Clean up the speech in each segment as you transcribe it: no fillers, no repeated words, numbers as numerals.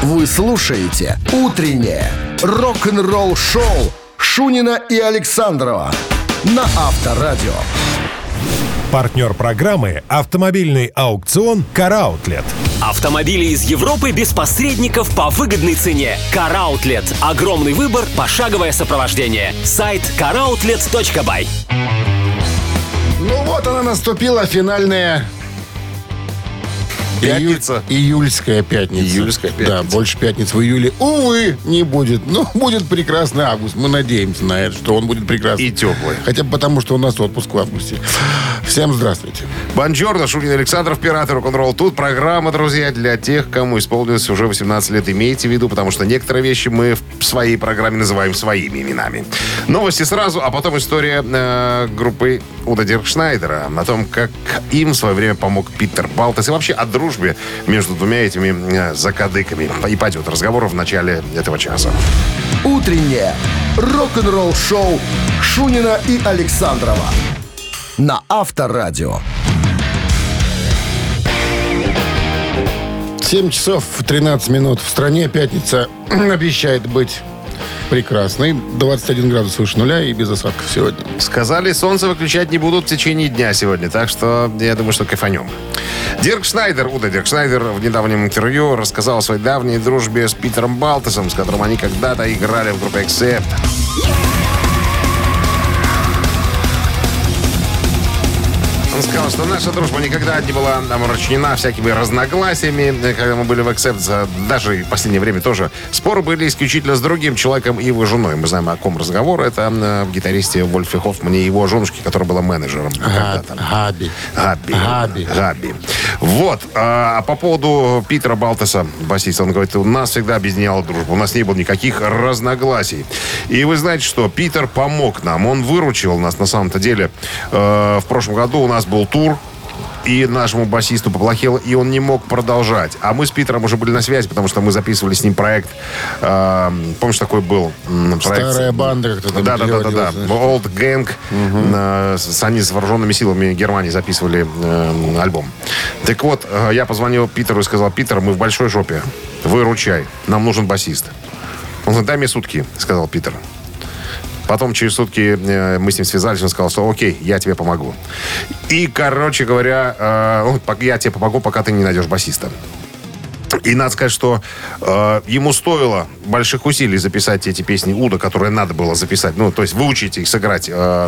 Вы слушаете «Утреннее рок-н-ролл-шоу» Шунина и Александрова на Авторадио. Партнер программы — автомобильный аукцион «Car-Outlet». Автомобили из Европы без посредников по выгодной цене. Car-Outlet. Огромный выбор, пошаговое сопровождение. Сайт caroutlet.by. Ну вот она наступила, финальная пятница. Июльская пятница. Июльская пятница. Да, больше пятниц в июле, увы, не будет. Но будет прекрасный август. Мы надеемся на это, что он будет прекрасный. И теплый. Хотя бы потому, что у нас отпуск в августе. Всем здравствуйте. Бонжорно, Шунин Александров, пираты рок-н-ролл. Тут программа, друзья, для тех, кому исполнилось уже 18 лет. Имейте в виду, потому что некоторые вещи мы в своей программе называем своими именами. Новости сразу, а потом история группы Уда Диркшнайдера о том, как им в свое время помог Питер Балтес. И вообще о дружбе между двумя этими закадыками. И пойдет разговор в начале этого часа. Утреннее рок-н-ролл-шоу Шунина и Александрова на Авторадио. 7 часов 13 минут. В стране пятница обещает быть прекрасный. 21 градус выше нуля и без осадков сегодня. Сказали, солнце выключать не будут в течение дня сегодня, так что я думаю, что кайфанем. Уда Диркшнайдер в недавнем интервью рассказал о своей давней дружбе с Питером Балтесом, с которым они когда-то играли в группе Accept. Он сказал, что наша дружба никогда не была омрачнена всякими разногласиями. Когда мы были в Accept, даже и в последнее время тоже, споры были исключительно с другим человеком и его женой. Мы знаем, о ком разговор. Это гитаристе Вольфе Хоффмане и его женушке, которая была менеджером. Габи. Вот. А по поводу Питера Балтеса, басиста, он говорит, у нас всегда объединяла дружба. У нас не было никаких разногласий. И вы знаете, что Питер помог нам. Он выручил нас на самом-то деле. В прошлом году у нас был тур, и нашему басисту поплохело, и он не мог продолжать. А мы с Питером уже были на связи, потому что мы записывали с ним проект. Помнишь, такой был проект? Старая банда, как-то там. Да. Old Gang. Они с вооруженными силами Германии записывали альбом. Так вот, я позвонил Питеру и сказал: Питер, мы в большой жопе. Выручай. Нам нужен басист. Он говорит: дай мне сутки, сказал Питер. Потом через сутки мы с ним связались, он сказал, что окей, я тебе помогу. И, короче говоря, я тебе помогу, пока ты не найдешь басиста. И надо сказать, что ему стоило больших усилий записать эти песни Уда, которые надо было записать. Ну, то есть выучить их, сыграть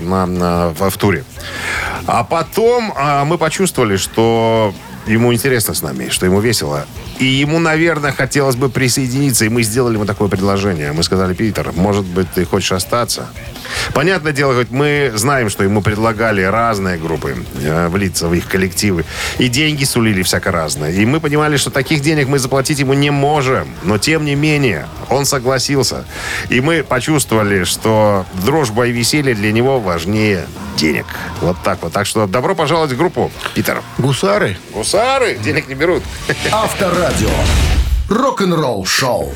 в туре. А потом мы почувствовали, что ему интересно с нами, что ему весело. И ему, наверное, хотелось бы присоединиться. И мы сделали ему такое предложение. Мы сказали: Питер, может быть, ты хочешь остаться? Понятное дело, хоть мы знаем, что ему предлагали разные группы влиться в их коллективы. И деньги сулили всяко разное. И мы понимали, что таких денег мы заплатить ему не можем. Но, тем не менее, он согласился. И мы почувствовали, что дружба и веселье для него важнее денег. Вот так вот. Так что добро пожаловать в группу, Питер. Гусары? Гусары? Денег не берут. Авторадио. Рок-н-ролл шоу.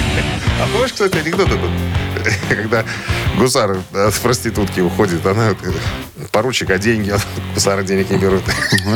А помнишь, кстати, анекдот этот? Когда гусар от проститутки уходит, она поручик, а деньги от гусара денег не берут.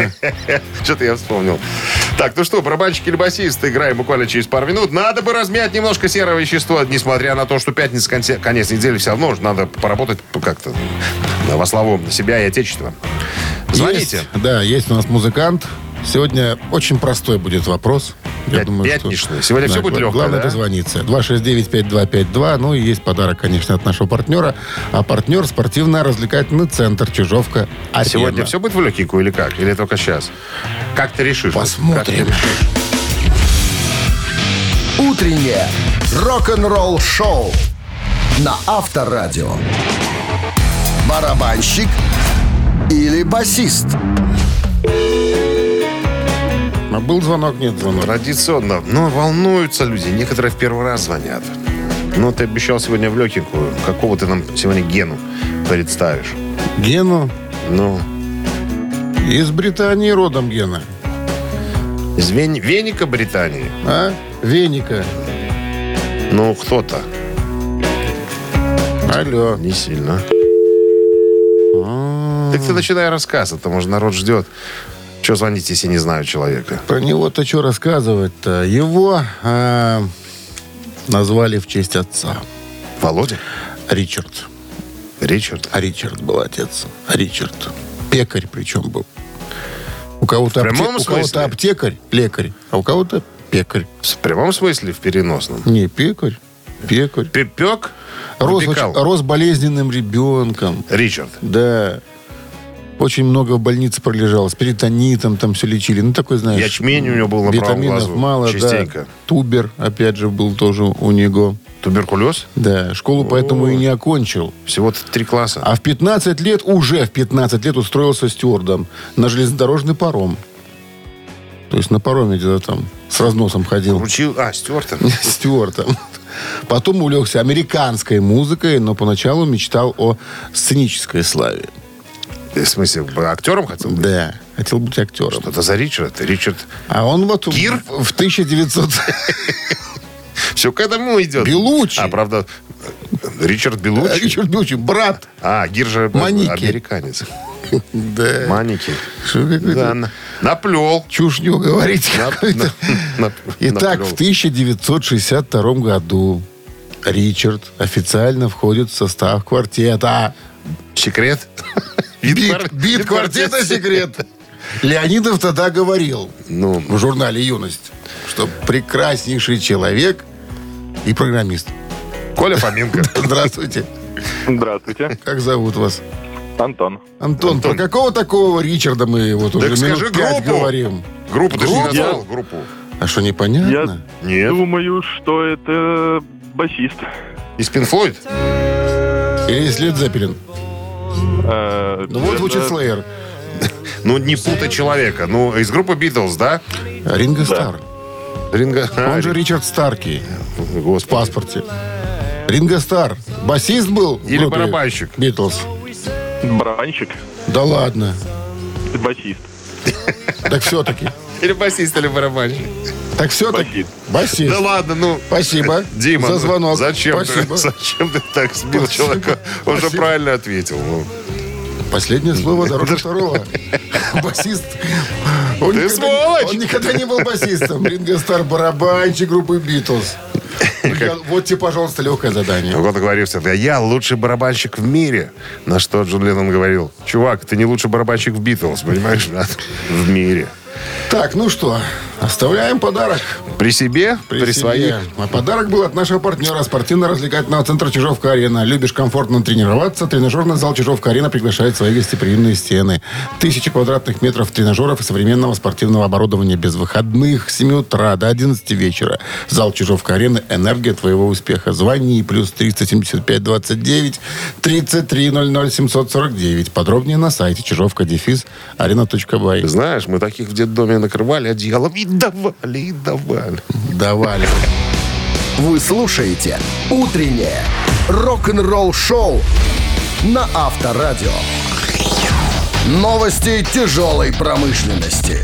Что-то я вспомнил. Так, ну что, барабанщик или басист, играем буквально через пару минут. Надо бы размять немножко серое вещество, несмотря на то, что пятница, конец недели, все равно надо поработать как-то во славу себя и отечества. Звоните. Есть у нас музыкант. Сегодня очень простой будет вопрос. Я думаю, пятничный. Сегодня все будет легко, главное дозвониться. 269-5252. Ну и есть подарок, конечно, от нашего партнера. А партнер — спортивно-развлекательный центр «Чижовка-Арена». А сегодня все будет в легкику или как? Или только сейчас? Как ты решишь? Посмотрим. Утреннее рок-н-ролл шоу на Авторадио. Барабанщик или басист? А был звонок, нет звонка. Традиционно. Но волнуются люди. Некоторые в первый раз звонят. Ну, ты обещал сегодня в легкенькую. Какого ты нам сегодня Гену представишь? Гену? Ну? Из Британии родом Гена. Из Веника Британии? А? Веника. Ну, кто-то. Алло. Не сильно. Так ты начинай рассказ, а то, может, народ ждет. Что звонить, если не знаю человека? Про него-то что рассказывать-то? Его назвали в честь отца. Володя? Ричард. Ричард? А Ричард был отец. Ричард. Пекарь причем был. У кого-то, у кого-то аптекарь, лекарь, а у кого-то пекарь. В прямом смысле, в переносном? Не, пекарь. Пек? Рос болезненным ребенком. Ричард? Да. Очень много в больнице пролежал. С перитонитом там все лечили. Ну, такой, знаешь... Ячмень у него был на правом глазу. Витаминов мало, частенько. Да. Тубер, опять же, был тоже у него. Туберкулез? Да. Школу поэтому и не окончил. Всего-то 3 класса. А в 15 лет, уже в 15 лет устроился стюардом на железнодорожный паром. То есть на пароме где-то там с разносом ходил. Стюартом? Стюартом. Потом увлекся американской музыкой, но поначалу мечтал о сценической славе. В смысле, актером хотел быть? Да, хотел быть актером. Что-то за Ричард? Ричард... А он вот Гир? в 1900... Все к этому идет. Белуччи. Правда, Ричард Белуччи? Ричард Белуччи, брат. Гир же Маники. американец. Да. Маники. Что какой-то... Наплел. Чушню говорить. Итак, в 1962 году Ричард официально входит в состав квартета. Секрет? Бит квартета «Секрет». Леонидов тогда говорил в журнале «Юность», что прекраснейший человек и программист. Коля Фоменко. Здравствуйте. Здравствуйте. Как зовут вас? Антон. Антон, про какого такого Ричарда мы вот уже минут 5 говорим? Группу ты же не назвал? Группу. А что, непонятно? Я думаю, что это басист. Из Pink Floyd? Или из Led Zeppelin? Ну вот звучит Slayer. Не путай человека. Из группы Beatles, да? Ринго Стар. Он же Ричард Старки. Господи. В паспорте. Ринго Стар. Басист был? Или барабанщик? Битлз. Барабанщик. Да ладно. Басист. Так все-таки. Или басист, или барабанщик. Так все-таки. Басист. Да ладно, Спасибо. Дима, за звонок. Зачем ты так сбил человека? Он же правильно ответил. Последнее слово дороже второго. Басист. Ты сволочь! Он никогда не был басистом. Ринго Стар, барабанщик группы Битлз. Вот тебе, пожалуйста, легкое задание. Он говорил всегда: я лучший барабанщик в мире. На что Джон Леннон говорил: чувак, ты не лучший барабанщик в Битлз, понимаешь? В мире. Так, ну что, оставляем подарок. При себе? При своих? А подарок был от нашего партнера спортивно-развлекательного центра «Чижовка-арена». Любишь комфортно тренироваться? Тренажерный зал «Чижовка-арена» приглашает в свои гостеприимные стены. 1000 квадратных метров тренажеров и современного спортивного оборудования без выходных с 7 утра до 11 вечера. Зал «Чижовка-арена» – энергия твоего успеха. Звони плюс 375 29 33 00 749. Подробнее на сайте чижовка-арена.бай. Знаешь, мы таких в детдоме накрывали одеялом и давали. Давали. Вы слушаете «Утреннее рок-н-ролл-шоу» на Авторадио. Новости тяжелой промышленности.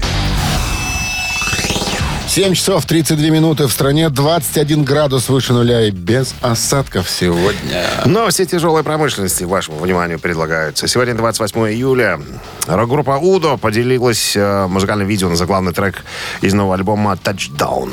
7 часов 32 минуты в стране, 21 градус выше нуля и без осадков сегодня. Новости тяжелой промышленности вашему вниманию предлагаются. Сегодня 28 июля. Рок-группа «Удо» поделилась музыкальным видео на заглавный трек из нового альбома «Touchdown».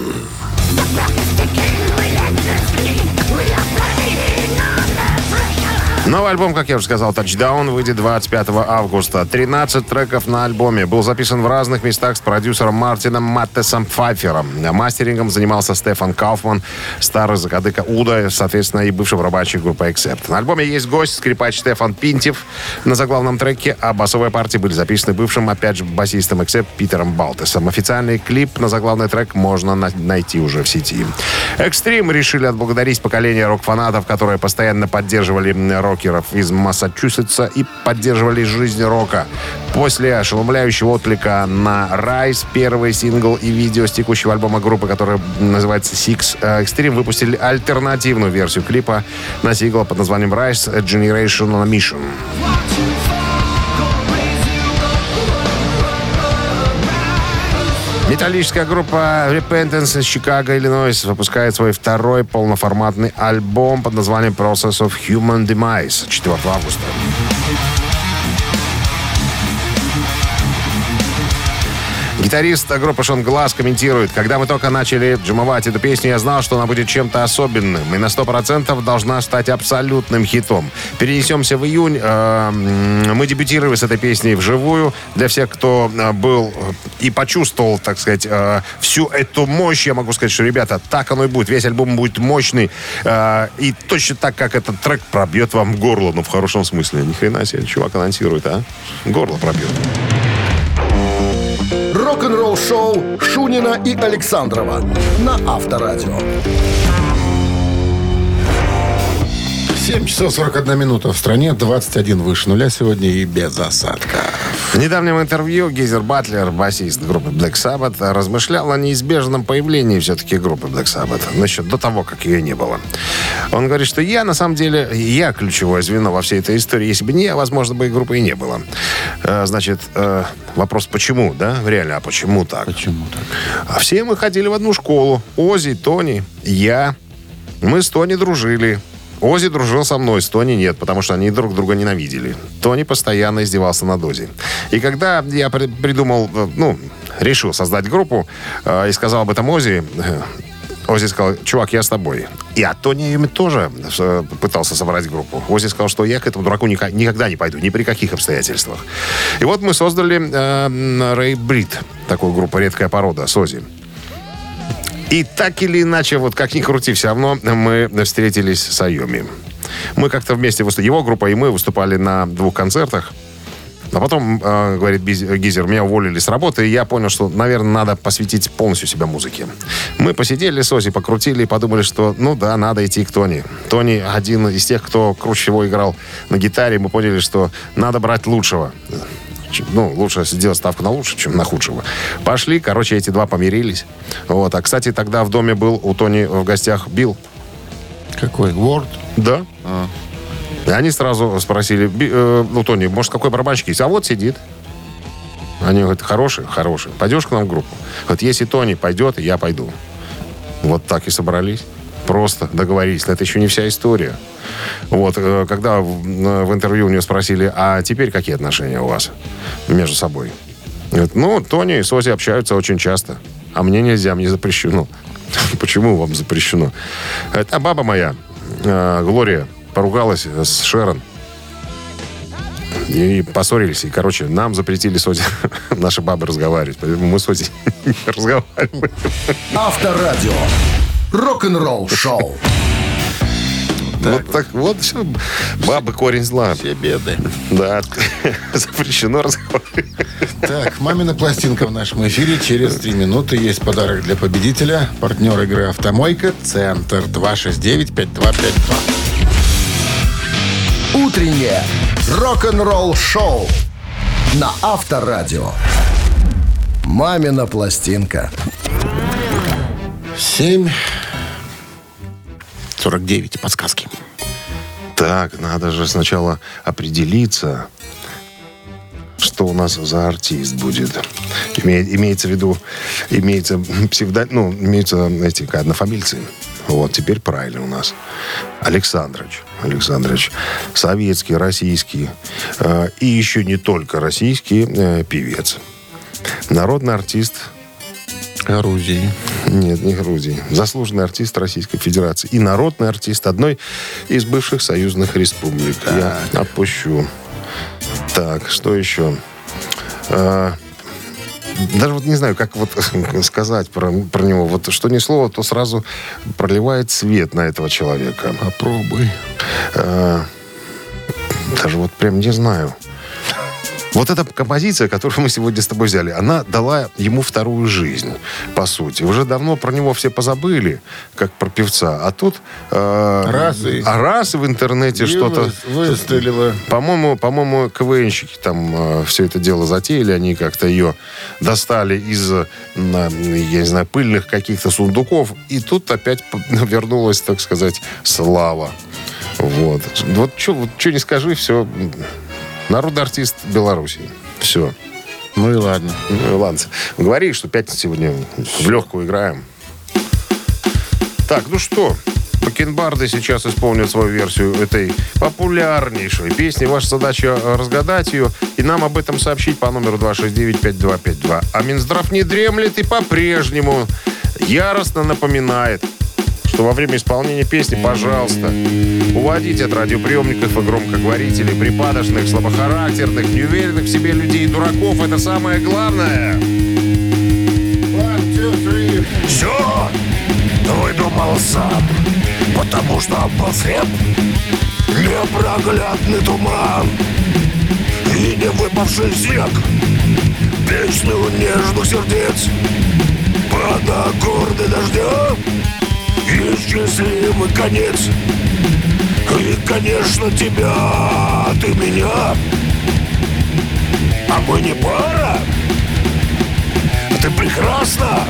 Новый альбом, как я уже сказал, «Touchdown», выйдет 25 августа. 13 треков на альбоме. Был записан в разных местах с продюсером Мартином Маттесом Пфайфером. Мастерингом занимался Стефан Кауфман, старый закадыка Удо, соответственно, и бывший барабанщик группы «Accept». На альбоме есть гость, скрипач Стефан Пинтев на заглавном треке, а басовые партии были записаны бывшим, опять же, басистом «Accept» Питером Балтесом. Официальный клип на заглавный трек можно найти уже в сети. «Экстрим» решили отблагодарить поколение рок-фанатов, которые постоянно поддерживали рокеров из Массачусетса и поддерживали жизнь рока. После ошеломляющего отклика на «Rise», первый сингл и видео с текущего альбома группы, который называется «Six», Extreme выпустили альтернативную версию клипа на сингл под названием «Rise: A Generation on a Mission». Металлическая группа Repentance из Чикаго, Иллинойс, выпускает свой второй полноформатный альбом под названием Process of Human Demise 4 августа. Гитарист группы Шон Гласс комментирует: когда мы только начали джимовать эту песню, я знал, что она будет чем-то особенным и на 100% должна стать абсолютным хитом. Перенесемся в июнь. Мы дебютировали с этой песней вживую. Для всех, кто был и почувствовал, так сказать, всю эту мощь, я могу сказать, что, ребята, так оно и будет. Весь альбом будет мощный. И точно так, как этот трек пробьет вам горло. Ну, в хорошем смысле. Ни хрена себе, чувак анонсирует, а? Горло пробьет. Рок-н-ролл-шоу Шунина и Александрова на Авторадио. 7 часов 41 минута в стране, 21 выше нуля сегодня и без осадка. В недавнем интервью Гизер Батлер, басист группы Black Sabbath, размышлял о неизбежном появлении все-таки группы Black Sabbath, еще до того, как ее не было. Он говорит, что на самом деле, я ключевое звено во всей этой истории. Если бы не я, возможно, бы и группы и не было. Значит, вопрос, почему, да? Реально, а почему так? Почему так? А все мы ходили в одну школу. Оззи, Тони, я. Мы с Тони дружили. Оззи дружил со мной, с Тони нет, потому что они друг друга ненавидели. Тони постоянно издевался над Оззи. И когда я придумал, решил создать группу и сказал об этом Оззи, Оззи сказал: чувак, я с тобой. И Тони тоже пытался собрать группу. Оззи сказал, что я к этому дураку никогда не пойду, ни при каких обстоятельствах. И вот мы создали Рэй Брид, такую группу «Редкая порода» с Оззи. И так или иначе, вот как ни крути, все равно мы встретились с Айоми. Мы как-то вместе выступали, его группа и мы выступали на 2 концертах. А потом, говорит Гизер, меня уволили с работы, и я понял, что, наверное, надо посвятить полностью себя музыке. Мы посидели с Оззи, покрутили и подумали, что, надо идти к Тони. Тони один из тех, кто круче всего играл на гитаре. Мы поняли, что надо брать лучшего. Лучше сделать ставку на лучшего, чем на худшего. Пошли, эти два помирились. Вот. А, кстати, тогда в доме был у Тони в гостях Билл. Какой? Уорд? Да. И они сразу спросили: Тони, может, какой барабанщик есть? А вот сидит. Они говорят: хороший. Пойдешь к нам в группу? Вот если Тони пойдет, я пойду. Вот так и собрались. Просто договорились. Но это еще не вся история. Вот, когда в интервью у нее спросили: а теперь какие отношения у вас между собой? Говорит, Тони и Оззи общаются очень часто. А мне нельзя, мне запрещено. Почему вам запрещено? Это баба моя, Глория, поругалась с Шерон. И поссорились. И, нам запретили с Оззи наши бабы разговаривать. Поэтому мы с Оззи не разговариваем. Авторадио. Рок-н-ролл шоу. Вот все. Бабы корень зла. Все беды. Да, запрещено разговаривать. Так, «Мамина пластинка» в нашем эфире. Через 3 минуты есть подарок для победителя. Партнер игры «Автомойка». Центр 269-5252. Утреннее рок-н-ролл шоу на Авторадио. «Мамина пластинка». 7:49. Подсказки. Так, надо же сначала определиться, что у нас за артист будет. Имеется в виду, имеются эти однофамильцы. Вот, теперь правильно у нас. Александрович. Советский, российский. И еще не только российский певец. Народный артист Грузии. Нет, не Грузии. Заслуженный артист Российской Федерации. И народный артист одной из бывших союзных республик. Так. Я отпущу. Так, что еще? Даже не знаю, как сказать про него. Вот что ни слово, то сразу проливает свет на этого человека. Попробуй. Даже прям не знаю. Вот эта композиция, которую мы сегодня с тобой взяли, она дала ему вторую жизнь, по сути. Уже давно про него все позабыли, как про певца. А тут раз и в интернете что-то выстрелило. По-моему, КВНщики там все это дело затеяли. Они как-то ее достали из, я не знаю, пыльных каких-то сундуков. И тут опять вернулась, так сказать, слава. Вот что не скажи, все... Народный артист Беларуси. Все. Ну и ладно. Говори, что пятница сегодня в легкую играем. Так, что? Бакенбарды сейчас исполнят свою версию этой популярнейшей песни. Ваша задача разгадать ее и нам об этом сообщить по номеру 269-5252. А Минздрав не дремлет и по-прежнему яростно напоминает, что во время исполнения песни, пожалуйста, уводите от радиоприемников и громкоговорителей припадочных, слабохарактерных, неуверенных в себе людей и дураков. Это самое главное. Все выдумал сам, потому что обозрел непроглядный туман и не выпавший снег, песню нежных сердец под аккорды дождя и счастливый конец. И, конечно, тебя, ты меня, а мы не пара. Ты прекрасна,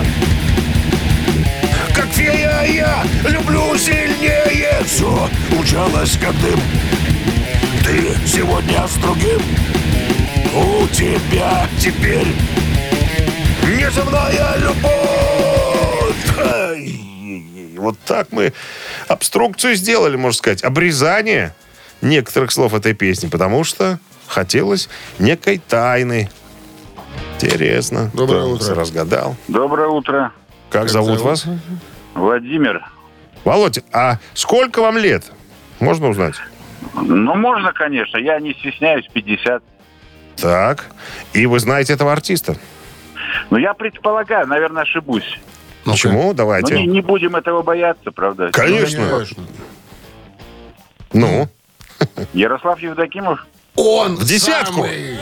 как фея, я люблю сильнее. Все умчалось, как дым. Ты сегодня с другим. У тебя теперь неземная любовь. Вот так мы обструкцию сделали, можно сказать. Обрезание некоторых слов этой песни, потому что хотелось некой тайны. Интересно. Доброе Кто утро. разгадал. Доброе утро. Как зовут вас? Владимир. Володь, а сколько вам лет? Можно узнать? Ну, можно, конечно. Я не стесняюсь, 50. Так. И вы знаете этого артиста? Но я предполагаю, наверное, ошибусь. Почему? Но Давайте. не будем этого бояться, правда? Конечно. Ну? Ярослав Евдокимов? Он В десятку. самый.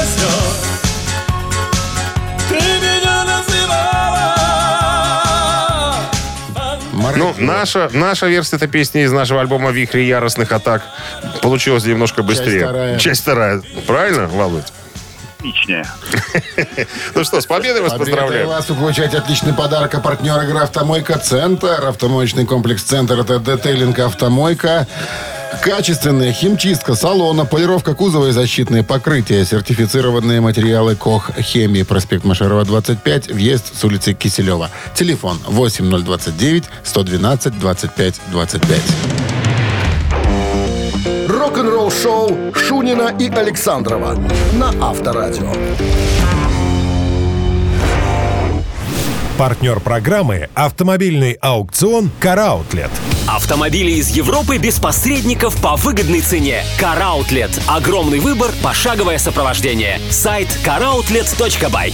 Ну, наша версия этой песни из нашего альбома «Вихри яростных атак» получилась немножко быстрее. Часть вторая. Правильно, Володь? Отличнее. Ну что, с победой вас поздравляю. Вас вы получаете отличный подарок. А партнер игры «Автомойка Центр». Автомоечный комплекс «Центр» — это детейлинг «Автомойка». Качественная химчистка салона, полировка кузова и защитные покрытия. Сертифицированные материалы КОХ «Хемии». Проспект Машерова, 25. Въезд с улицы Киселева. Телефон 8029-112-25-25. Рок-н-ролл-шоу Шунина и Александрова на Авторадио. Партнер программы «Автомобильный аукцион «Караутлет». Автомобили из Европы без посредников по выгодной цене. Караутлет. Огромный выбор, пошаговое сопровождение. Сайт caroutlet.by.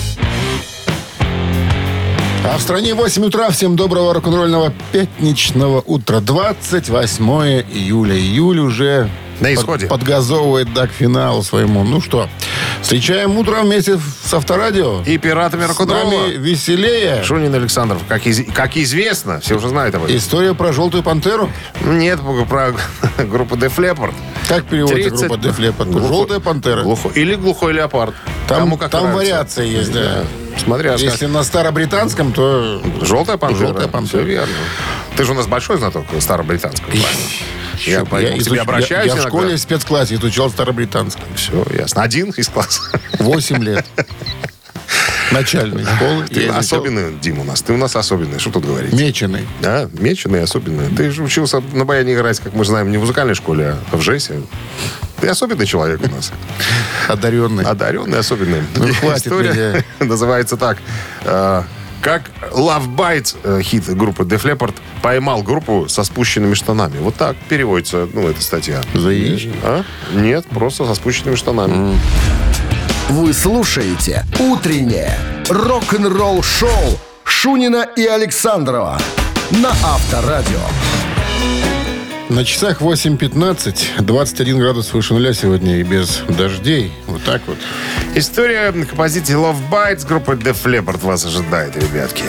А в стране 8 утра. Всем доброго рок-н-ролльного пятничного утра. 28 июля. Июль уже На исходе. подгазовывает к финалу своему. Ну что, встречаем утром вместе с Авторадио. И пиратами С рок-н-ролла. нами веселее. Шунин Александров. Как известно, все уже знают об этом. История про «Желтую пантеру». Нет, про группу Def Leppard. Как переводится 30 группа Def Leppard? «Желтая пантера». Или глухой леопард. Кому как Там нравится. вариация есть, да. Смотря Если на старобританском, то... Желтая пантера. «Желтая пантера». Все верно. Ты же у нас большой знаток старобританского. Я поэтому к тебе Я обращаюсь в иногда. школе в спецклассе изучал старобританский. Все, ясно. Один из класса. 8 лет. Начальной школы. Ты особенный, Дим, у нас. Ты у нас особенный. Что тут говорить? Меченый. Да, меченый, особенный. Ты же учился на баяне играть, как мы знаем, не в музыкальной школе, а в ЖЭСе. Ты особенный человек у нас. Одаренный. Одаренный, особенный. Ну, хватит История называется так. Как Love Bites, хит группы Def Leppard, поймал группу со спущенными штанами. Вот так переводится, эта статья. За яичник? А? Нет, просто со спущенными штанами. Вы слушаете «Утреннее рок-н-ролл-шоу» Шунина и Александрова на Авторадио. На часах 8:15, 21 градус выше нуля сегодня и без дождей. Вот так вот. История композиции Love Bites группы Def Leppard вас ожидает, ребятки.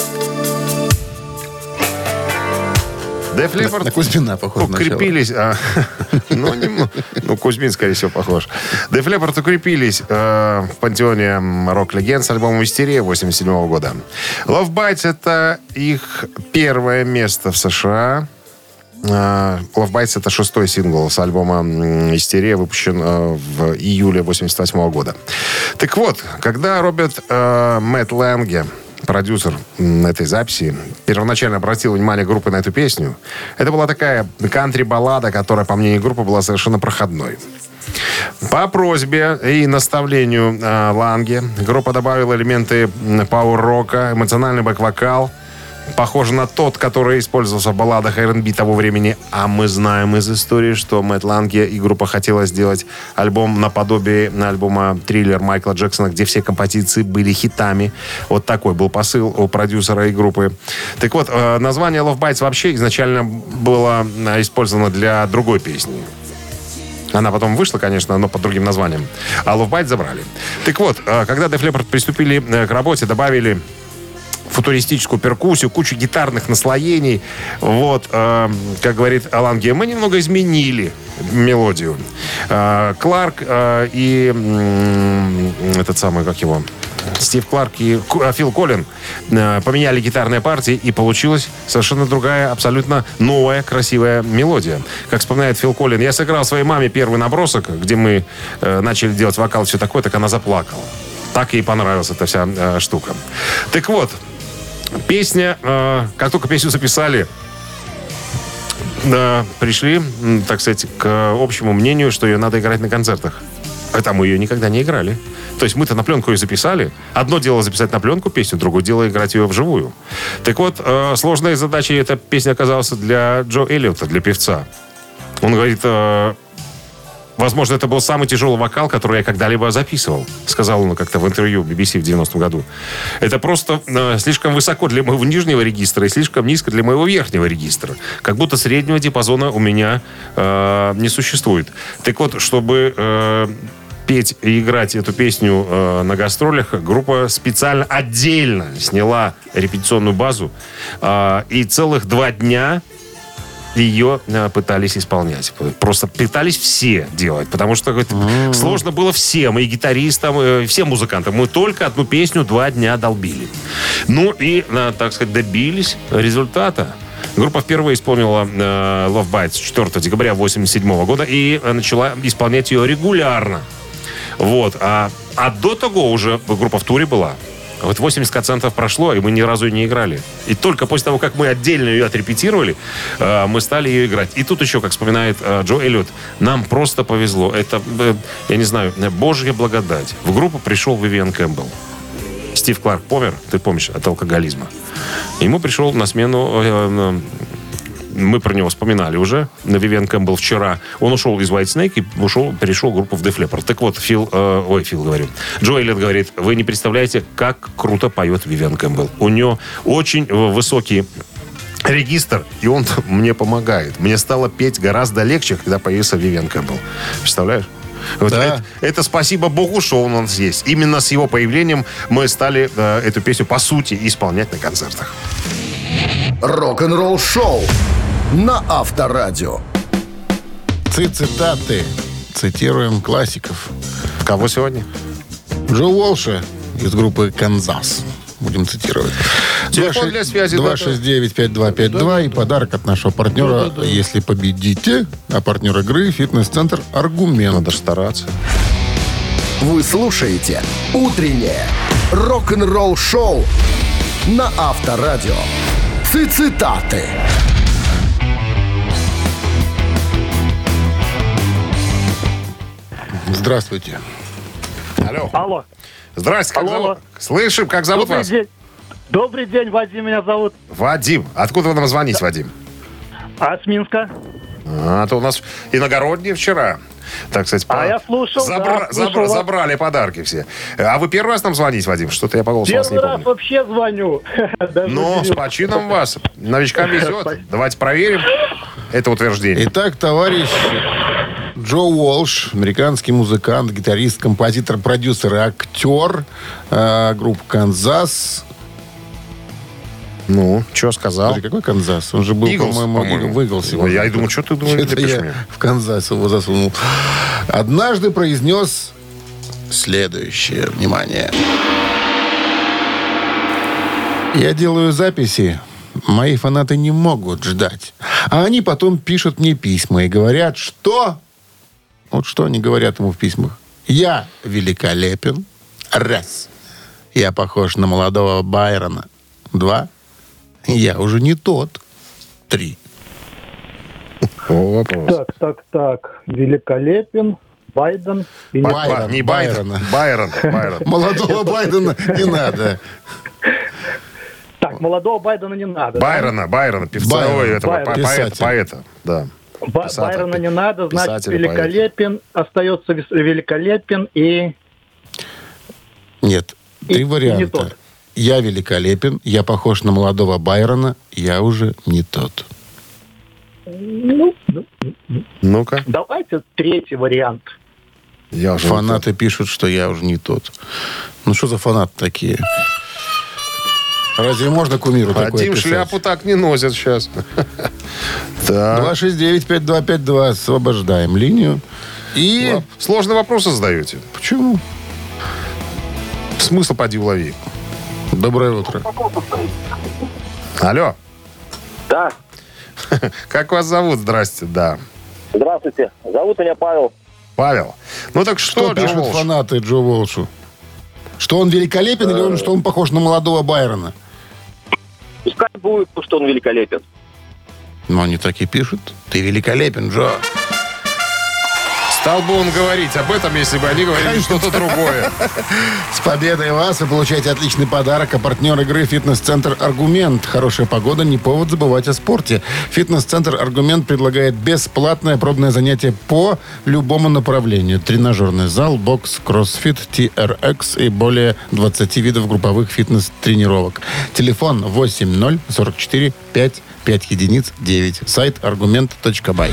Def Leppard На Кузьмина похож укрепились. Кузьмин, скорее всего, похож. Def Leppard укрепились в пантеоне рок-легенд с альбомом «Истерия» 1987 года. Love Bites — это их первое место в США. Love Bites — это 6-й сингл с альбома «Истерия», выпущен в июле 1988 года. Так вот, когда Роберт Мэтт Лэнге продюсер этой записи, первоначально обратил внимание группы на эту песню. Это была такая кантри-баллада, которая, по мнению группы, была совершенно проходной. По просьбе и наставлению Ланге группа добавила элементы пауэр-рока, эмоциональный бэк-вокал, похоже на тот, который использовался в балладах R&B того времени. А мы знаем из истории, что Мэтт Ланге и группа хотела сделать альбом наподобие альбома «Триллер» Майкла Джексона, где все композиции были хитами. Вот такой был посыл у продюсера и группы. Так вот, название Love Bites вообще изначально было использовано для другой песни. Она потом вышла, конечно, но под другим названием. А Love Bites забрали. Так вот, когда Def Leppard приступили к работе, добавили футуристическую перкуссию, кучу гитарных наслоений. Вот, как говорит Ланге, мы немного изменили мелодию. Кларк и этот самый, как его, Стив Кларк и Фил Коллин поменяли гитарные партии, и получилась совершенно другая, абсолютно новая, красивая мелодия. Как вспоминает Фил Коллин, я сыграл своей маме первый набросок, где мы начали делать вокал, все такое, так она заплакала. Так ей понравилась эта вся штука. Так вот, песня, как только песню записали, пришли, так сказать, к общему мнению, что ее надо играть на концертах. А мы ее никогда не играли. То есть мы-то на пленку ее записали. Одно дело записать на пленку песню, другое дело играть ее вживую. Так вот, сложной задачей эта песня оказалась для Джо Эллиота, для певца. Он говорит, возможно, это был самый тяжелый вокал, который я когда-либо записывал. Сказал он как-то в интервью BBC в 90-м году. Это просто слишком высоко для моего нижнего регистра и слишком низко для моего верхнего регистра. Как будто среднего диапазона у меня не существует. Так вот, чтобы петь и играть эту песню на гастролях, группа специально отдельно сняла репетиционную базу и целых 2 дня ее пытались исполнять. Просто пытались все делать, потому что сложно было всем, и гитаристам, и всем музыкантам. Мы только одну песню 2 дня долбили. Ну и, так сказать, добились результата. Группа впервые исполнила Love Bites 4 декабря 1987 года и начала исполнять ее регулярно. Вот. А до того уже группа в туре была. Вот 80% прошло, и мы ни разу не играли. И только после того, как мы отдельно ее отрепетировали, мы стали ее играть. И тут еще, как вспоминает Джо Эллиот, нам просто повезло. Это, я не знаю, божья благодать. В группу пришел Вивиан Кэмпбелл. Стив Кларк помер, ты помнишь, от алкоголизма. Ему пришел на смену... Мы про него вспоминали уже. Вивиан Кэмпбелл вчера. Он ушел из White Snake и перешел в группу в Def Leppard. Так вот, Джо Эллиот говорит, вы не представляете, как круто поет Вивиан Кэмпбелл. У него очень высокий регистр, и он мне помогает. Мне стало петь гораздо легче, когда появился Вивиан Кэмпбелл. Представляешь? Вот да. Это спасибо Богу, что он у нас есть. Именно с его появлением мы стали эту песню, по сути, исполнять на концертах. Рок-н-ролл шоу на Авторадио. Цитаты. Цитируем классиков. Кого сегодня? Джо Уолша из группы «Канзас». Будем цитировать. Телефон для связи. 269-5252 и подарок от нашего партнера, если победите. А партнер игры — фитнес-центр «Аргумент». Надо стараться. Вы слушаете «Утреннее рок-н-ролл шоу» на Авторадио. Цитаты. Здравствуйте. Алло. Здрасте, как зовут? Слышим, как зовут вас? День. Добрый день, Вадим меня зовут. Вадим. Откуда вы нам звоните, Вадим? А с Минска. То у нас иногородние вчера. Так сказать, я слушал, слушал забрали подарки все. А вы первый раз нам звоните, Вадим? Что-то я по голосу вас не Первый помню. раз вообще звоню. Ну, с почином вас. Новичкам везет. Давайте проверим это утверждение. Итак, товарищ Джо Уолш, американский музыкант, гитарист, композитор, продюсер и актер группы «Канзас». Ну, что сказал? Подожди, какой «Канзас»? Он же был, по-моему, в «Иглсе». Я и думаю, что ты думаешь? Это я в «Канзас» его засунул. Однажды произнес следующее. Внимание. Я делаю записи. Мои фанаты не могут ждать. А они потом пишут мне письма и говорят, что... Вот что они говорят ему в письмах. Я великолепен. Раз. Я похож на молодого Байрона. 2. Я уже не тот. 3. Вопрос. Так. Великолепен, Байден. И Байрон. Не Байден. Байрон. Молодого Байдена не надо. Так, молодого Байдена не надо. Байрона, певца, Байрон, ой, этого писатель. поэта, да. Да? Байрона не надо, значит, Писатель, великолепен, остается великолепен и... Нет, 3 не варианта. тот. Я великолепен, я похож на молодого Байрона, я уже не тот. Ну-ка. Давайте 3-й вариант. Я уже Фанаты пишут, что я уже не тот. Ну, что за фанаты такие? Разве можно кумиру такое Вадим, писать? шляпу так не носят сейчас. Так. 269-5252. Освобождаем линию. И... Сложные вопросы задаете. Почему? Смысл поди улови. Доброе утро. Алло. Да. Как вас зовут? Здрасте, да. Здравствуйте. Зовут меня Павел. Павел. Ну так Что что, Джо пишут Волш? фанаты Джо Волшу? Что он великолепен или что он похож на молодого Байрона? Пускай будет, что он великолепен. Ну, они так и пишут. Ты великолепен, Джо. Стал бы он говорить об этом, если бы они говорили что-то другое. С победой вас! Вы получаете отличный подарок. А партнер игры «Фитнес-центр Аргумент». Хорошая погода, не повод забывать о спорте. «Фитнес-центр Аргумент» предлагает бесплатное пробное занятие по любому направлению. Тренажерный зал, бокс, кроссфит, TRX и более 20 видов групповых фитнес-тренировок. Телефон 8044 55 единиц 9. Сайт argument.by.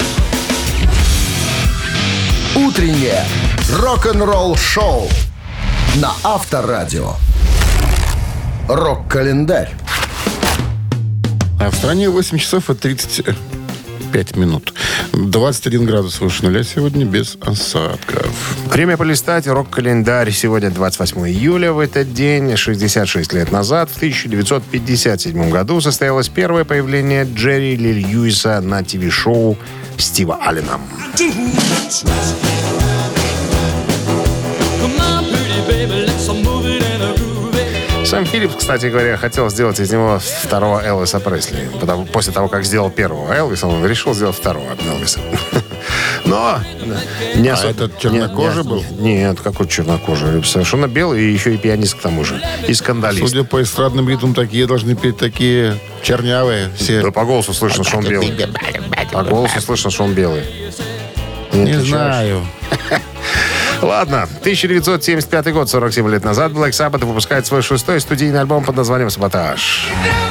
Утреннее рок-н-ролл-шоу на Авторадио. Рок-календарь. А в стране 8 часов и 35 минут. 21 градус выше нуля сегодня без осадков. Время полистать. Рок-календарь. Сегодня 28 июля. В этот день, 66 лет назад, в 1957 году, состоялось первое появление Джерри Ли Льюиса на ТВ-шоу Стива Аллена. Сэм Филлипс, кстати говоря, хотел сделать из него второго Элвиса Пресли. После того, как сделал первого Элвиса, он решил сделать второго Элвиса. Но не особо... этот чернокожий был? Нет, какой чернокожий? Совершенно белый и еще и пианист к тому же. И скандалист. Судя по эстрадным ритмам, такие должны петь такие чернявые все. Да по голосу слышно, что он белый. По голосу слышно, что он белый. Не знаю. Ладно, 1975 год, 47 лет назад, Black Sabbath выпускает свой 6-й студийный альбом под названием «Саботаж».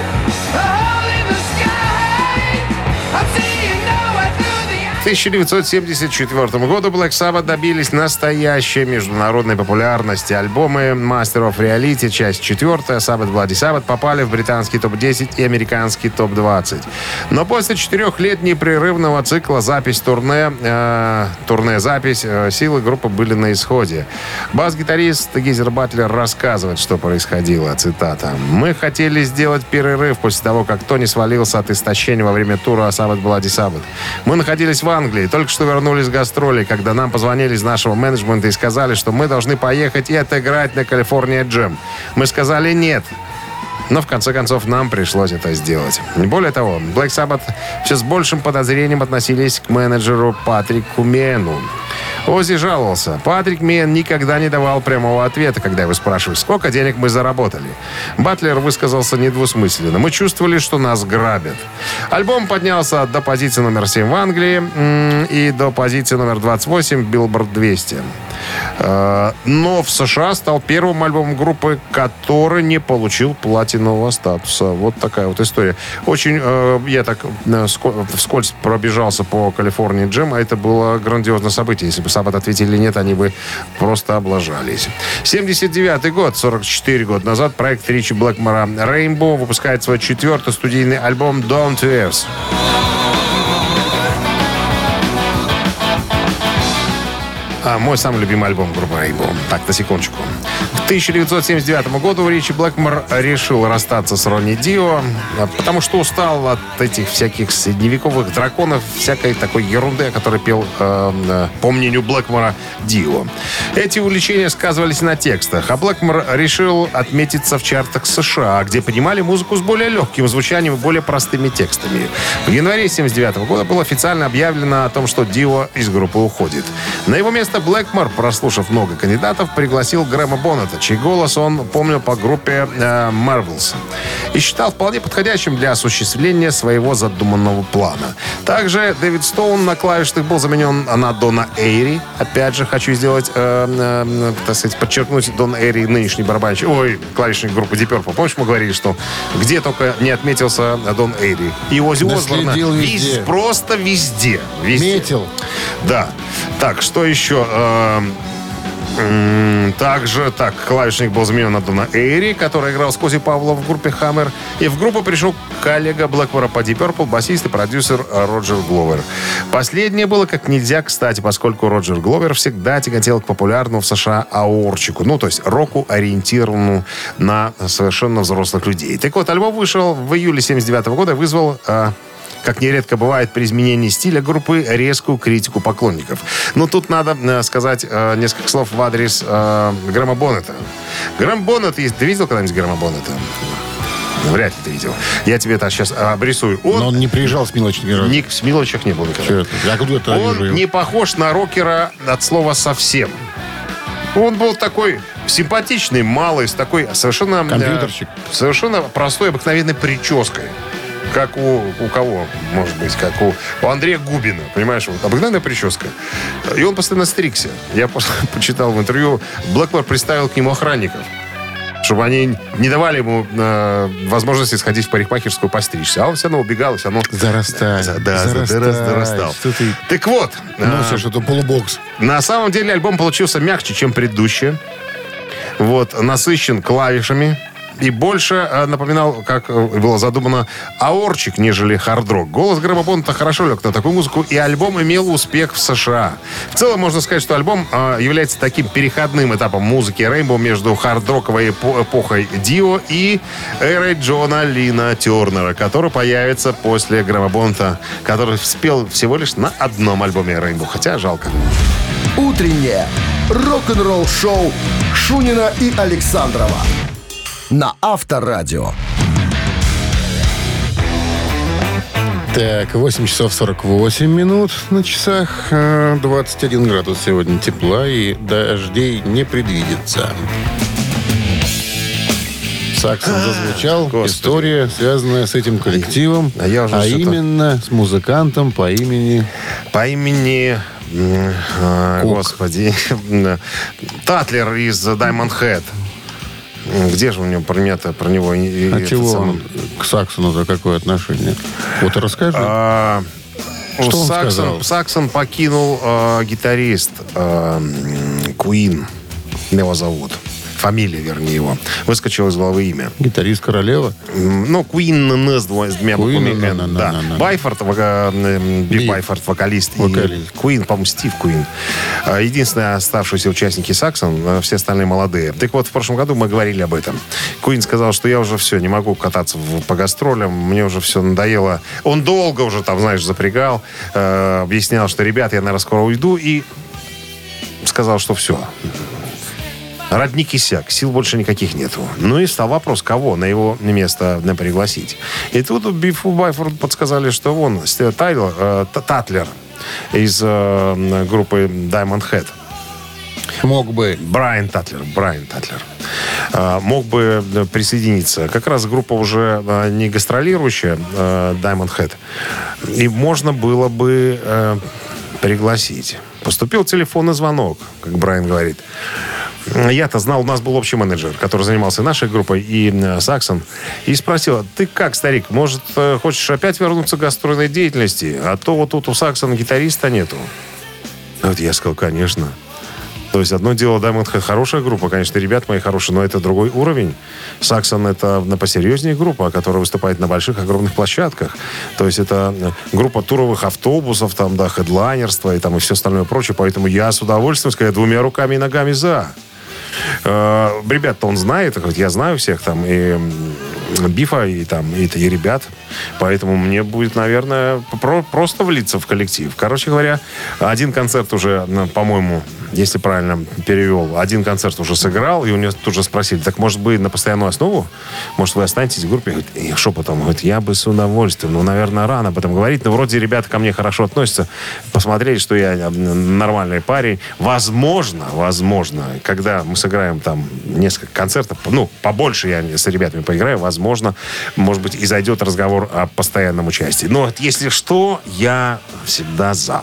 В 1974 году Black Sabbath добились настоящей международной популярности. Альбомы Master of Reality, часть 4, Sabbath Bloody Sabbath попали в британский топ-10 и американский топ-20. Но после 4 лет непрерывного цикла турне-запись, силы группы были на исходе. Бас-гитарист Гизер Батлер рассказывает, что происходило. Цитата. «Мы хотели сделать перерыв после того, как Тони свалился от истощения во время тура Sabbath Bloody Sabbath. Мы находились в Англии, только что вернулись с гастролей, когда нам позвонили из нашего менеджмента и сказали, что мы должны поехать и отыграть на Калифорния Джем. Мы сказали нет. Но в конце концов нам пришлось это сделать». Более того, Black Sabbath все с большим подозрением относились к менеджеру Патрику Мену. Оззи жаловался. Патрик Мен никогда не давал прямого ответа, когда его спрашивали, сколько денег мы заработали. Батлер высказался недвусмысленно. Мы чувствовали, что нас грабят. Альбом поднялся до позиции номер 7 в Англии и до позиции номер 28 в Billboard 200. Но в США стал первым альбомом группы, который не получил платинового статуса. Вот такая вот история. Очень, я так вскользь пробежался по Калифорнии Джем, а это было грандиозное событие. Если бы Саббат ответили нет, они бы просто облажались. 79-й год, 44 года назад, проект Ричи Блэкмора Rainbow выпускает свой 4-й студийный альбом Down to Earth. Мой самый любимый альбом группы Rainbow. Так, на секундочку. К 1979 году Ричи Блэкмор решил расстаться с Ронни Дио, потому что устал от этих всяких средневековых драконов, всякой такой ерунды, о которой пел, по мнению Блэкмора, Дио. Эти увлечения сказывались на текстах, а Блэкмор решил отметиться в чартах США, где принимали музыку с более легким звучанием и более простыми текстами. В январе 1979 года было официально объявлено о том, что Дио из группы уходит. На его место Блэкмор, прослушав много кандидатов, пригласил Грэма Боннета, чей голос он помнил по группе Marvels, и считал вполне подходящим для осуществления своего задуманного плана. Также Дэвид Стоун на клавишных был заменен на Дона Эйри. Опять же, хочу сделать, так сказать, подчеркнуть, Дон Эйри, нынешний барабанщик, клавишник группы Deep Purple. Помнишь, мы говорили, что где только не отметился Дон Эйри. И Оззи Осборна просто везде. Метил. Да. Так, что еще? Также, клавишник был заменен на Дона Эйри, который играл с Кози Павлов в группе Hammer. И в группу пришел коллега Блэкмора по Deep Purple, басист и продюсер Роджер Гловер. Последнее было как нельзя кстати, поскольку Роджер Гловер всегда тяготел к популярному в США аорчику. То есть року, ориентированному на совершенно взрослых людей. Так вот, альбом вышел в июле 1979 года и вызвал... как нередко бывает при изменении стиля группы, резкую критику поклонников. Тут надо сказать несколько слов в адрес Грэма Боннета. Грэм Боннет, ты видел когда-нибудь Грэма Боннета? Вряд ли ты видел. Я тебе это сейчас обрисую. Но он не приезжал с Милочек ни разу. С Милочек не был никогда. Он не похож на рокера от слова совсем. Он был такой симпатичный, малый, с такой совершенно... Компьютерщик. Совершенно простой, обыкновенной прической. Как у кого, может быть, как у Андрея Губина, понимаешь, вот, обыкновенная прическа. И он постоянно стригся. Я почитал в интервью, Блэкмор приставил к нему охранников, чтобы они не давали ему возможности сходить в парикмахерскую постричься. А он все равно убегал, все равно... Зарастал. Так вот. Носишь, это полубокс. На самом деле альбом получился мягче, чем предыдущий. Насыщен клавишами. И больше напоминал, как было задумано, аорчик, нежели хард-рок. Голос Грэма Боннета хорошо лег на такую музыку, и альбом имел успех в США. В целом, можно сказать, что альбом является таким переходным этапом музыки Рейнбоу между хард-роковой эпохой Дио и эрой Джона Лина Тернера, который появится после Грэма Боннета, который спел всего лишь на одном альбоме Рейнбоу, хотя жалко. Утреннее рок-н-ролл-шоу Шунина и Александрова на Авторадио. Так, 8 часов 48 минут на часах. 21 градус сегодня тепла, и дождей не предвидится. Саксон зазвучал. Господи. История, связанная с этим коллективом. Именно с музыкантом по имени... Господи. Татлер из Diamond Head. Где же у него про него? А чего он к Саксону-то какое отношение? Вот расскажи. Что он сказал? Саксон покинул гитарист Queen. Его зовут. Фамилия, вернее, его. Выскочила из головы имя. Гитарист Королева? Queen с двумя буквами N. Да. Байфорд, Биг Байфорд, вокалист. Queen, по-моему, Стив Queen. Единственные оставшиеся участники Саксон, все остальные молодые. Так вот, в прошлом году мы говорили об этом. Queen сказал, что я уже все, не могу кататься по гастролям, мне уже все надоело. Он долго уже там, запрягал, объяснял, что, ребят, я, наверное, скоро уйду, и сказал, что все. Родник иссяк, сил больше никаких нету. И стал вопрос, кого на его место пригласить. И тут Бифу Байфорду подсказали, что он, Татлер из группы Diamond Head. Мог бы. Брайан Татлер. Мог бы присоединиться. Как раз группа уже не гастролирующая, Diamond Head. И можно было бы пригласить. Поступил телефонный звонок, как Брайан говорит. Я-то знал, у нас был общий менеджер, который занимался нашей группой, и Саксон. И спросил, ты как, старик, может, хочешь опять вернуться к гастрольной деятельности? А то вот тут у Саксона гитариста нету. Вот я сказал, конечно. То есть одно дело, Diamond Head хорошая группа, конечно, ребята мои хорошие, но это другой уровень. Саксон — это посерьезнее группа, которая выступает на больших, огромных площадках. То есть это группа туровых автобусов, хедлайнерство и все остальное прочее. Поэтому я с удовольствием, двумя руками и ногами за. Ребят-то он знает, говорит, я знаю всех там, и Бифа, и ребят. Поэтому мне будет, наверное, просто влиться в коллектив. Короче говоря, один концерт уже, по-моему, если правильно перевел, один концерт уже сыграл, и у него тут же спросили, так, может быть, на постоянную основу? Может, вы останетесь в группе? И шепотом, говорит, я бы с удовольствием. Ну, наверное, рано об этом говорить, но вроде ребята ко мне хорошо относятся. Посмотрели, что я нормальный парень. Возможно, когда мы сыграем там несколько концертов, побольше я с ребятами поиграю, возможно, может быть, и зайдет разговор о постоянном участии. Но если что, я всегда за.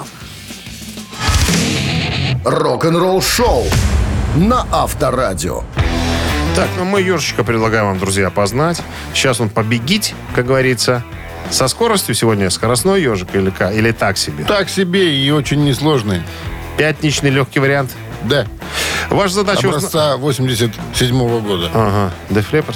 Рок-н-ролл шоу на Авторадио. Так, мы ежичка предлагаем вам, друзья, познать. Сейчас он побегить, как говорится. Со скоростью сегодня скоростной ежик или так себе? Так себе и очень несложный. Пятничный легкий вариант? Да. Ваша задача... Образца 87-го года. Ага, Def Leppard.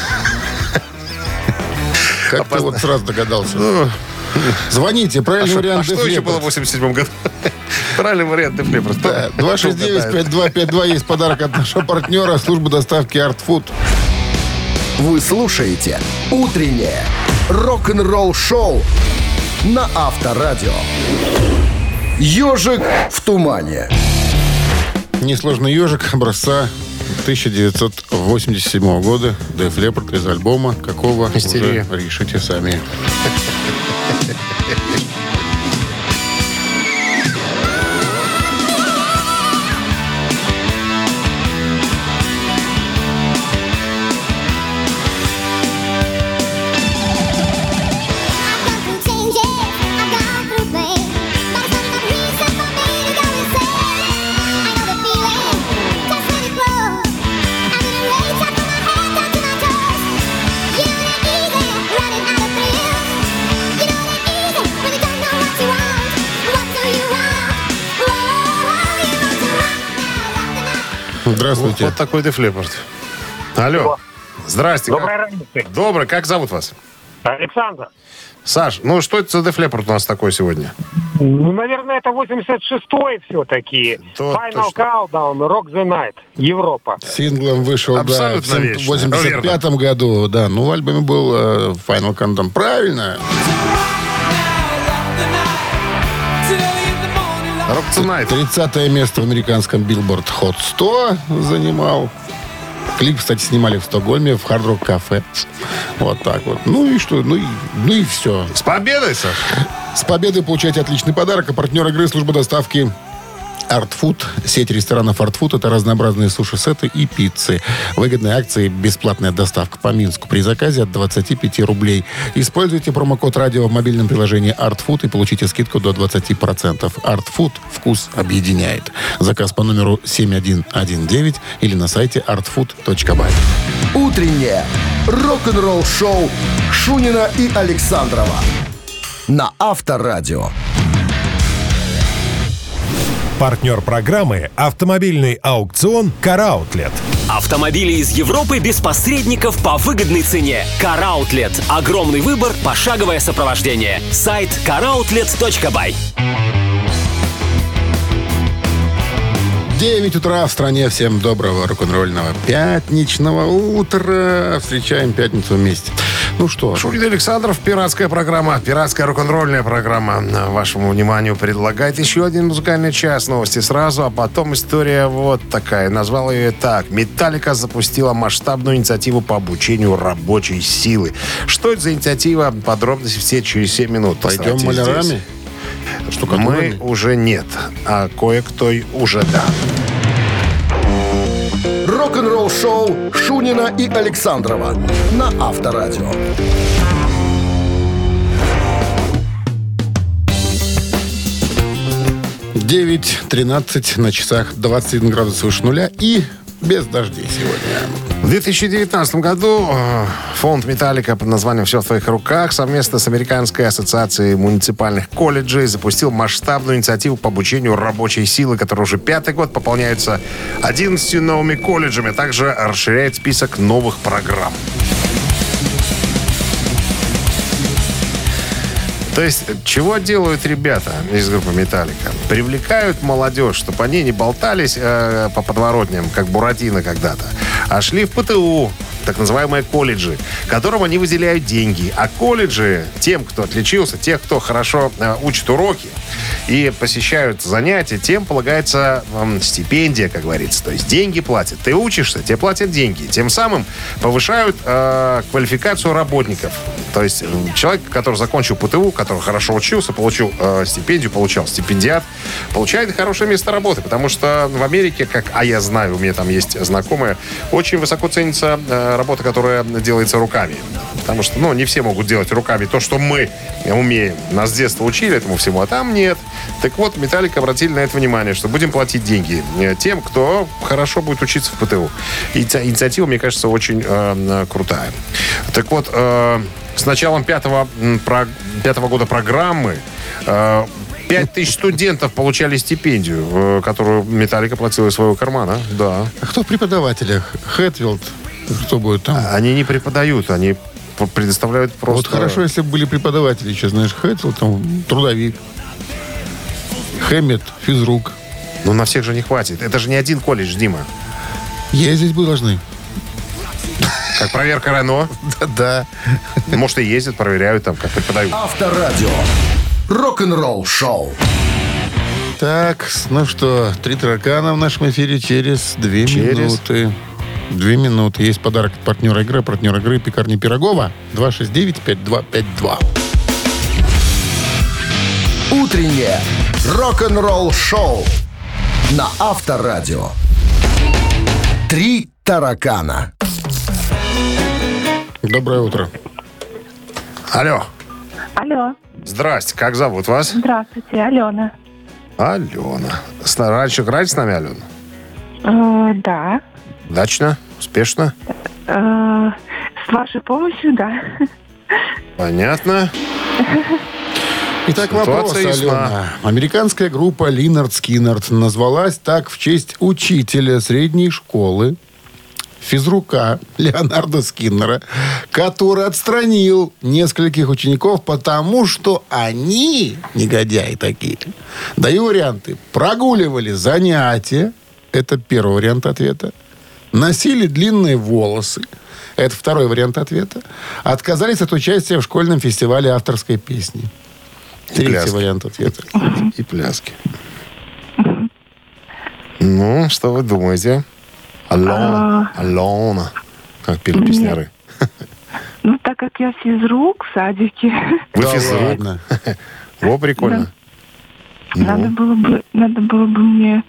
Как ты вот сразу догадался? Звоните, правильный вариант Def Leppard. А что еще было в 87-м году? Правильный вариант Def Leppard. Да, 269-5252 есть подарок от нашего партнера службы доставки Art Food. Вы слушаете «Утреннее рок-н-ролл-шоу» на Авторадио. «Ежик в тумане». Несложный ежик образца 1987 года. Def Leppard из альбома какого? «Истерия». Уже решите сами. Здравствуйте. Вот такой Def Leppard. Алло. Здрасте. Доброе ранее. Доброе. Как зовут вас? Александр. Саш, что это за Def Leppard у нас такой сегодня? Наверное, это 86-й все-таки. Final Countdown, Rock the Night, Европа. Синглом вышел, абсолютно в 85-м году. Да, в альбоме был Final Countdown. Правильно. Rock the Night. 30-е место в американском Billboard Hot 100 занимал. Клип, кстати, снимали в Стокгольме, в Hard Rock Cafe. Вот так вот. Ну и что? Ну и все. С победой, Саш! С победой получаете отличный подарок. А партнер игры — служба доставки Art Food. Сеть ресторанов Art Food — это разнообразные суши-сеты и пиццы. Выгодные акции, бесплатная доставка по Минску при заказе от 25 рублей. Используйте промокод радио в мобильном приложении Art Food и получите скидку до 20%. Art Food — вкус объединяет. Заказ по номеру 7119 или на сайте artfood.by. Утреннее рок-н-ролл-шоу Шунина и Александрова на Авторадио. Партнер программы — автомобильный аукцион «Караутлет». Автомобили из Европы без посредников по выгодной цене. «Караутлет». Огромный выбор, пошаговое сопровождение. Сайт caroutlet.by. 9 утра в стране. Всем доброго рок-н-ролльного пятничного утра. Встречаем пятницу вместе. Ну что? Шунин Александров, пиратская программа, пиратская рок-н-ролльная программа вашему вниманию предлагает еще один музыкальный час. Новости сразу, а потом история вот такая. Назвал ее так. «Металлика запустила масштабную инициативу по обучению рабочей силы». Что это за инициатива? Подробности все через 7 минут. Пойдем малярами? Мы уже нет, а кое-кто уже да. Рок-н-ролл-шоу Шунина и Александрова на Авторадио. Девять 13 на часах, 21 градус выше нуля и без дождей сегодня. В 2019 году фонд «Металлика» под названием «Все в твоих руках» совместно с Американской ассоциацией муниципальных колледжей запустил масштабную инициативу по обучению рабочей силы, которая уже 5-й год пополняется 11 новыми колледжами, а также расширяет список новых программ. То есть, чего делают ребята из группы «Металлика»? Привлекают молодежь, чтобы они не болтались по подворотням, как Буратино когда-то, а шли в ПТУ, так называемые колледжи, которым они выделяют деньги. А колледжи тем, кто отличился, тех, кто хорошо учит уроки и посещают занятия, тем полагается стипендия, как говорится. То есть деньги платят. Ты учишься, тебе платят деньги. Тем самым повышают квалификацию работников. То есть человек, который закончил ПТУ, который хорошо учился, получил стипендию, получал стипендиат, получает хорошее место работы. Потому что в Америке, а я знаю, у меня там есть знакомые, очень высоко ценится работа, которая делается руками. Потому что, не все могут делать руками то, что мы умеем. Нас с детства учили этому всему, а там нет. Так вот, «Металлика» обратили на это внимание, что будем платить деньги тем, кто хорошо будет учиться в ПТУ. И инициатива, мне кажется, очень крутая. Так вот, с началом пятого года программы 5000 студентов получали стипендию, которую «Металлика» платила из своего кармана. Да. А кто в преподавателях? Хэтфилд? Кто будет там? Они не преподают, они предоставляют просто... Вот хорошо, если бы были преподаватели еще, знаешь, Хэтфилд, там, трудовик, Хэммет, физрук. Ну, на всех же не хватит. Это же не один колледж, Дима. Ездить бы должны. Как проверка Рено? Да. Может, и ездят, проверяют там, как преподают. Авторадио. Рок-н-ролл шоу. Так, ну что, 3 таракана в нашем эфире через 2 минуты. 2 минуты. Есть подарок от партнера игры. Партнер игры «Пекарня Пирогова». 269-5252. Утреннее рок-н-ролл шоу на Авторадио. 3 таракана. Доброе утро. Алло. Алло. Здрасте. Как зовут вас? Здравствуйте, Алена. Алена. Раньше играли с нами, Алена? Да. Удачно? Успешно? С вашей помощью, да. Понятно. Итак, вопрос, Алена. Американская группа Линард Скиннерд назвалась так в честь учителя средней школы, физрука Леонарда Скиннера, который отстранил нескольких учеников, потому что они, негодяи такие, даю варианты, прогуливали занятия, это первый вариант ответа, носили длинные волосы, это второй вариант ответа, отказались от участия в школьном фестивале авторской песни. Третий вариант ответа. И пляски. Ну, что вы думаете? Алена. Как пели песняры. Ну, так как я физрук в садике. Вы физрук? Во, прикольно. Надо было бы мне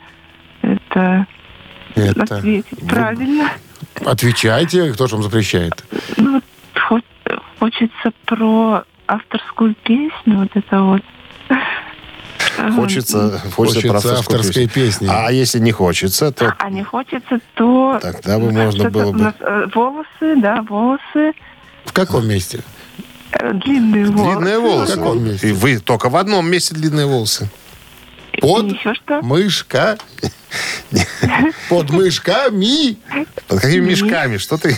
ответить правильно. Отвечайте, кто же вам запрещает? Ну, вот хочется про авторскую песню, вот это вот. Хочется про авторской песни. А если не хочется, то... А не хочется, то... Тогда бы можно было бы... Волосы. В каком месте? Длинные волосы. Длинные волосы. В каком месте? И вы только в одном месте длинные волосы. Под еще что? мышка. Под мышками. Под какими мешками? Что ты...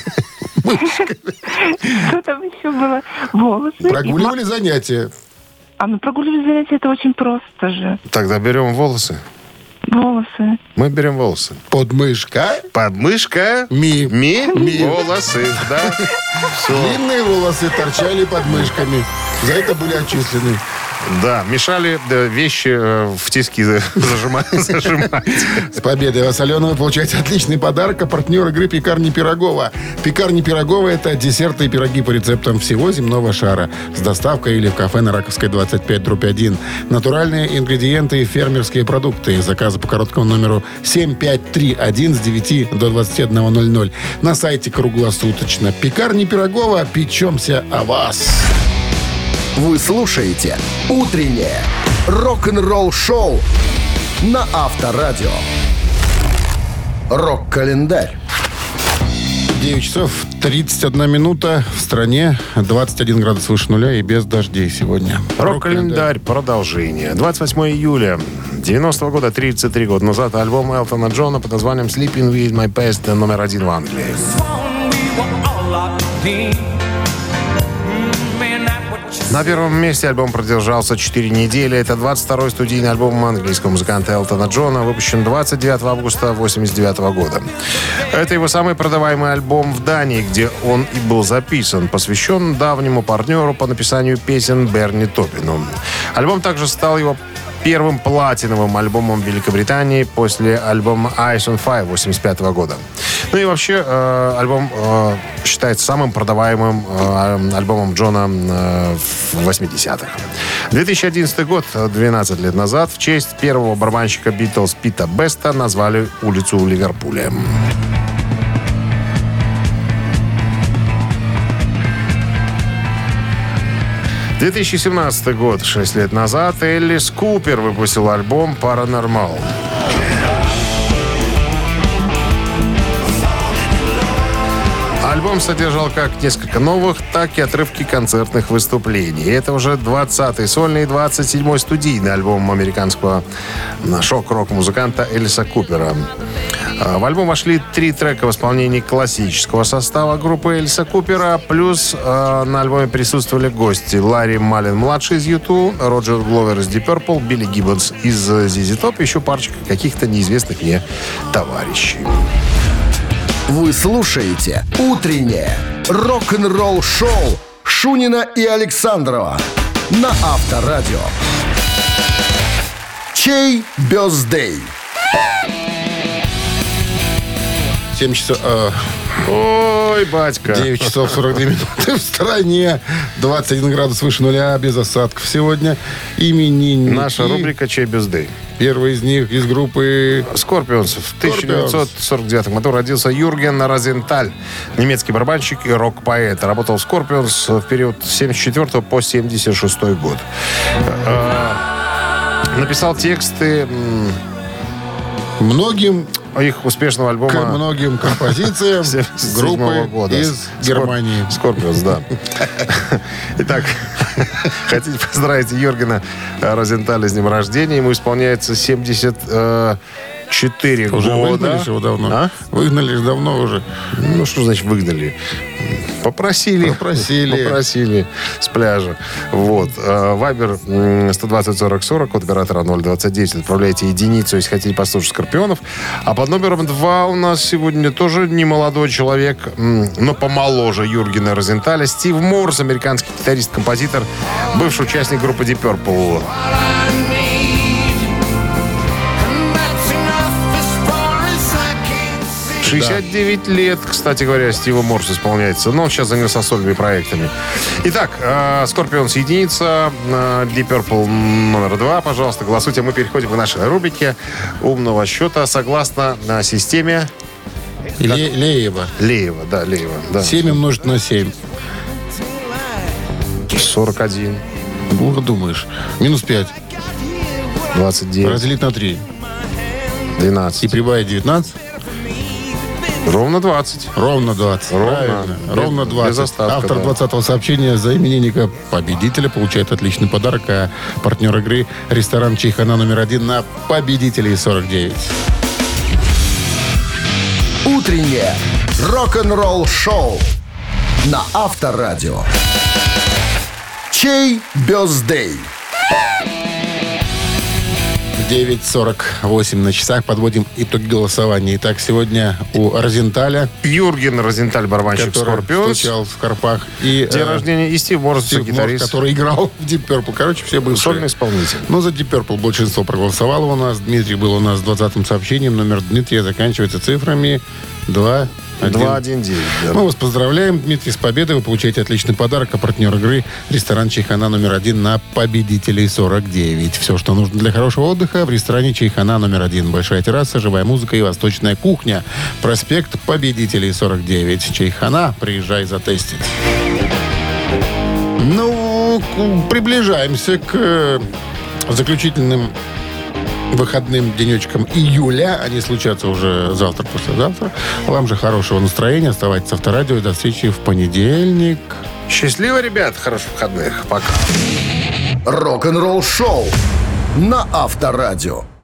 Что там еще было? Волосы. Прогуливали занятия. Прогуливали занятия, это очень просто же. Тогда берем волосы. Волосы. Мы берем волосы. Под мышка. Под мышка. Ми. Волосы, да. Длинные волосы торчали под мышками. За это были отчислены. Да, мешали вещи в тиски зажимать. С победой вас, Алена, вы получаете отличный подарок. А партнер игры «Пекарня Пирогова». «Пекарня Пирогова» — это десерты и пироги по рецептам всего земного шара. С доставкой или в кафе на Раковской 25/1. Натуральные ингредиенты и фермерские продукты. Заказы по короткому номеру 7531 с 9 до 21:00. На сайте круглосуточно. «Пекарня Пирогова». Печемся о вас. Вы слушаете «Утреннее рок-н-ролл-шоу» на Авторадио. Рок-календарь. 9 часов 31 минута. В стране 21 градус выше нуля и без дождей сегодня. Рок-календарь. Продолжение. 28 июля 90-го года, 33 года назад, альбом Элтона Джона под названием «Sleeping with my past» номер 1 в Англии. На первом месте альбом продержался 4 недели. Это 22-й студийный альбом английского музыканта Элтона Джона, выпущен 29 августа 1989 года. Это его самый продаваемый альбом в Дании, где он и был записан, посвящен давнему партнеру по написанию песен Берни Топину. Альбом также стал его первым платиновым альбомом Великобритании после альбома Ice on Fire 1985 года. Ну и вообще альбом считается самым продаваемым альбомом Джона в 80-х. 2011 год, 12 лет назад, в честь первого барабанщика Битлз Пита Беста назвали улицу в Ливерпуле. В 2017 год, 6 лет назад, Элис Купер выпустил альбом «Paranormal». Альбом содержал как несколько новых, так и отрывки концертных выступлений. Это уже 20-й сольный и 27-й студийный альбом американского шок-рок-музыканта Элиса Купера. В альбом вошли 3 трека в исполнении классического состава группы Элиса Купера, плюс на альбоме присутствовали гости: Ларри Малин-младший из U2, Роджер Гловер из Deep Purple, Билли Гиббонс из ZZ Top, еще парочка каких-то неизвестных мне товарищей. Вы слушаете «Утреннее рок-н-ролл-шоу» Шунина и Александрова на Авторадио. Чей бёздей? 7 часов... Ой, батька. 9 часов 42 минуты в стране. 21 градус выше нуля, без осадков сегодня. Именинники. Наша рубрика «Чей бёздей». Первый из них из группы Скорпионс. В 1949 году родился Юрген Розенталь, немецкий барабанщик и рок-поэт. Работал в Скорпионс в период с 1974 по 1976 год. Написал тексты многим их успешного альбома, к многим композициям группы года. Из Германии. Скорпионс, да. Итак, хотите поздравить Юргена Розенталя с днем рождения? Ему исполняется 74 года. Уже выгнали его давно. А? Выгнали же давно уже. Ну, что значит выгнали? Попросили с пляжа. Вот. Вайбер 120-40-40, код оператора 029. Отправляйте единицу, если хотите послушать Скорпионов. А под номером 2 у нас сегодня тоже не молодой человек, но помоложе Юргена Розенталя. Стив Морс, американский гитарист-композитор, бывший участник группы Deep Purple. 69 лет, кстати говоря, Стиву Морсу исполняется. Но он сейчас занялся сольными проектами. Итак, Скорпионс единица, Deep Purple номер 2. Пожалуйста, голосуйте. Мы переходим к нашей рубрике умного счета согласно системе... Леева. Леева, да. 7 умножить на 7. 41. Долго думаешь. Минус 5. 29. Разделить на 3. 12. И прибавить 19. Ровно 20. Ровно 20. Правильно. Ровно 20. Без остатка, Автор да. 20-го сообщения за именинника победителя получает отличный подарок. А партнер игры — ресторан «Чайхана» номер 1 на Победителей 49. Утреннее рок-н-ролл-шоу на Авторадио. Чей бёздей? 9:48 на часах. Подводим итоги голосования. Итак, сегодня у Розенталя, Юрген Розенталь, барабанщик который Скорпионс, стучал в Карпах, и день рождения, и Стив Морс, гитарист, который играл в Deep Purple. Короче, все бывшие. сольный исполнитель. Но за Deep Purple большинство проголосовало у нас. Дмитрий был у нас с 20-м сообщением. Номер Дмитрия заканчивается цифрами 219. Да. Мы вас поздравляем, Дмитрий, с победой. Вы получаете отличный подарок. А партнер игры — ресторан «Чайхана» номер 1 на Победителей 49. Все, что нужно для хорошего отдыха, в ресторане «Чайхана» номер 1. Большая терраса, живая музыка и восточная кухня. Проспект Победителей 49. «Чайхана». Приезжай затестить. Ну, приближаемся к заключительным выходным денечкам июля. Они случатся уже завтра, послезавтра. Вам же хорошего настроения. Оставайтесь с Авторадио. И до встречи в понедельник. Счастливо, ребят. Хороших выходных. Пока. Рок-н-ролл-шоу на Авторадио.